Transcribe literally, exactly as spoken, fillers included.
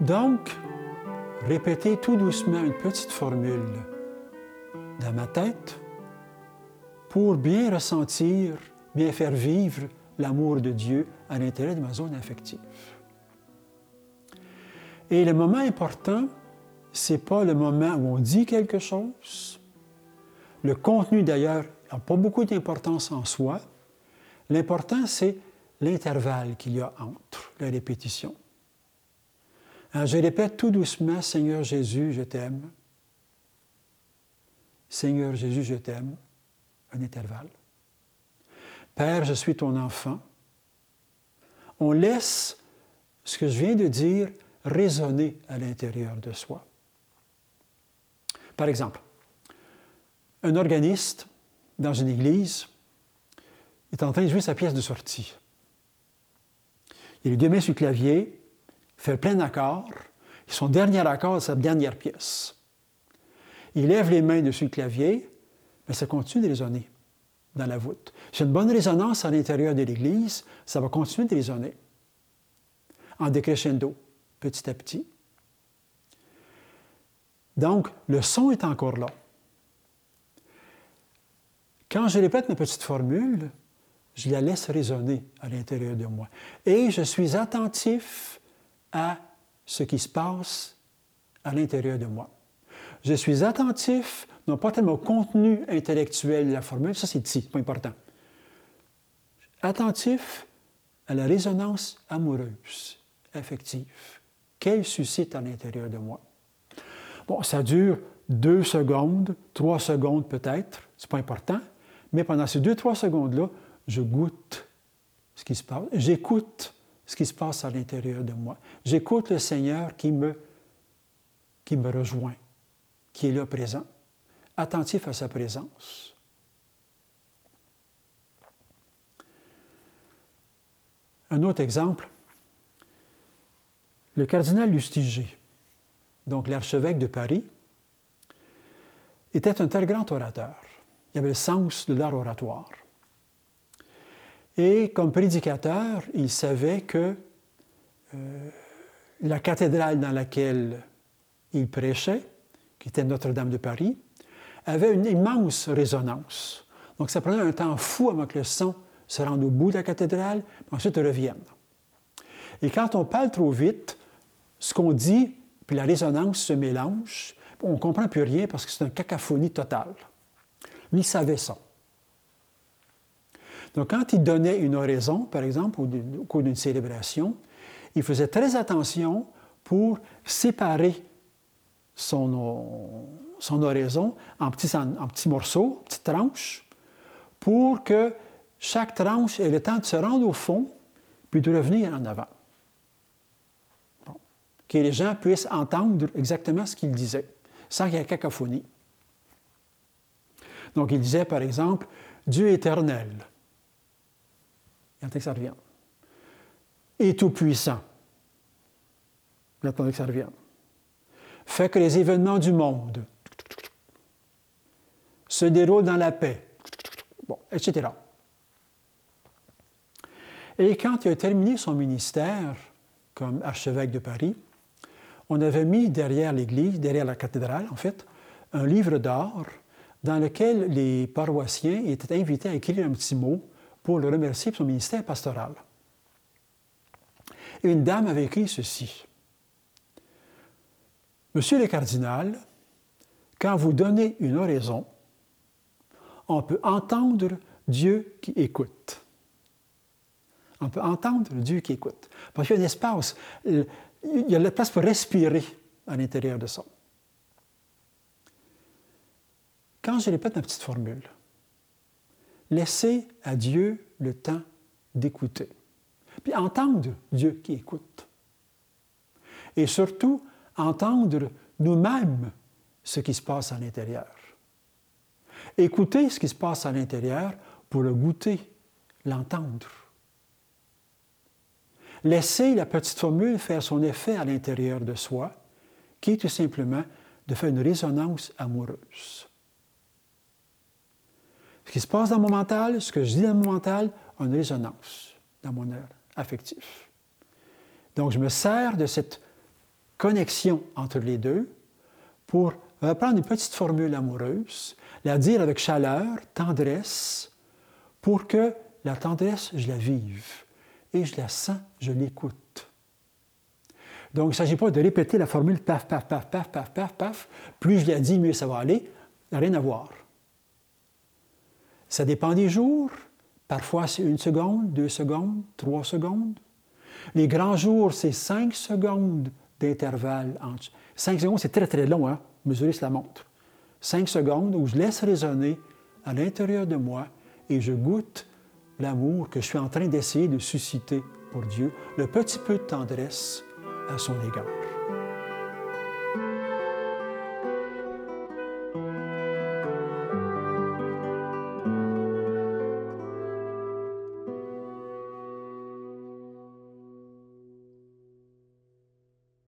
donc répéter tout doucement une petite formule dans ma tête pour bien ressentir, bien faire vivre l'amour de Dieu à l'intérieur de ma zone affective. Et le moment important, ce n'est pas le moment où on dit quelque chose. Le contenu, d'ailleurs, n'a pas beaucoup d'importance en soi. L'important, c'est l'intervalle qu'il y a entre les répétitions. Alors, je répète tout doucement, « Seigneur Jésus, je t'aime. Seigneur Jésus, je t'aime. » Un intervalle. « Père, je suis ton enfant. » On laisse ce que je viens de dire résonner à l'intérieur de soi. Par exemple, un organiste dans une église est en train de jouer sa pièce de sortie. Il a les deux mains sur le clavier, fait plein d'accords, et son dernier accord est sa dernière pièce. Il lève les mains dessus le clavier, mais ça continue de résonner dans la voûte. C'est une bonne résonance à l'intérieur de l'Église, ça va continuer de résonner en décrescendo, petit à petit. Donc, le son est encore là. Quand je répète ma petite formule, je la laisse résonner à l'intérieur de moi. Et je suis attentif à ce qui se passe à l'intérieur de moi. Je suis attentif, non pas tellement au contenu intellectuel de la formule, ça c'est ici, c'est pas important. Attentif à la résonance amoureuse, affective, qu'elle suscite à l'intérieur de moi. Bon, ça dure deux secondes, trois secondes peut-être, c'est pas important, mais pendant ces deux, trois secondes-là, je goûte ce qui se passe, j'écoute ce qui se passe à l'intérieur de moi. J'écoute le Seigneur qui me, qui me rejoint, qui est là présent, attentif à sa présence. Un autre exemple, le cardinal Lustiger, donc l'archevêque de Paris, était un très grand orateur. Il avait le sens de l'art oratoire. Et comme prédicateur, il savait que euh, la cathédrale dans laquelle il prêchait, qui était Notre-Dame de Paris, avait une immense résonance. Donc ça prenait un temps fou avant que le son se rende au bout de la cathédrale, puis ensuite revienne. Et quand on parle trop vite, ce qu'on dit, puis la résonance se mélange, on ne comprend plus rien parce que c'est une cacophonie totale. Lui, il savait ça. Donc, quand il donnait une oraison, par exemple, au, au cours d'une célébration, il faisait très attention pour séparer son, son oraison en petits, en, en petits morceaux, petites tranches, pour que chaque tranche ait le temps de se rendre au fond, puis de revenir en avant. Bon. Que les gens puissent entendre exactement ce qu'il disait, sans qu'il y ait cacophonie. Donc, il disait, par exemple, « Dieu éternel ». Il attendait que ça revienne. « Et tout-puissant ». Il attendait que ça revienne. « Fait que les événements du monde se déroulent dans la paix. » Bon, et cetera. Et quand il a terminé son ministère comme archevêque de Paris, on avait mis derrière l'église, derrière la cathédrale, en fait, un livre d'or dans lequel les paroissiens étaient invités à écrire un petit mot pour le remercier pour son ministère pastoral. Et une dame avait écrit ceci. « Monsieur le cardinal, quand vous donnez une oraison, on peut entendre Dieu qui écoute. » On peut entendre Dieu qui écoute. Parce qu'il y a un espace, il y a la place pour respirer à l'intérieur de ça. Quand je répète ma petite formule, laissez à Dieu le temps d'écouter. Puis entendre Dieu qui écoute. Et surtout, entendre nous-mêmes ce qui se passe à l'intérieur. Écouter ce qui se passe à l'intérieur pour le goûter, l'entendre. Laisser la petite formule faire son effet à l'intérieur de soi, qui est tout simplement de faire une résonance amoureuse. Ce qui se passe dans mon mental, ce que je dis dans mon mental, a une résonance dans mon air affectif. Donc, je me sers de cette connexion entre les deux pour prendre une petite formule amoureuse, la dire avec chaleur, tendresse, pour que la tendresse, je la vive et je la sens, je l'écoute. Donc, il ne s'agit pas de répéter la formule paf, paf, paf, paf, paf, paf, paf. Plus je la dis, mieux ça va aller. Rien à voir. Ça dépend des jours. Parfois, c'est une seconde, deux secondes, trois secondes. Les grands jours, c'est cinq secondes d'intervalle entre. Cinq secondes, c'est très, très long, hein? Mesurer sur la montre. Cinq secondes où je laisse résonner à l'intérieur de moi et je goûte l'amour que je suis en train d'essayer de susciter pour Dieu, le petit peu de tendresse à son égard.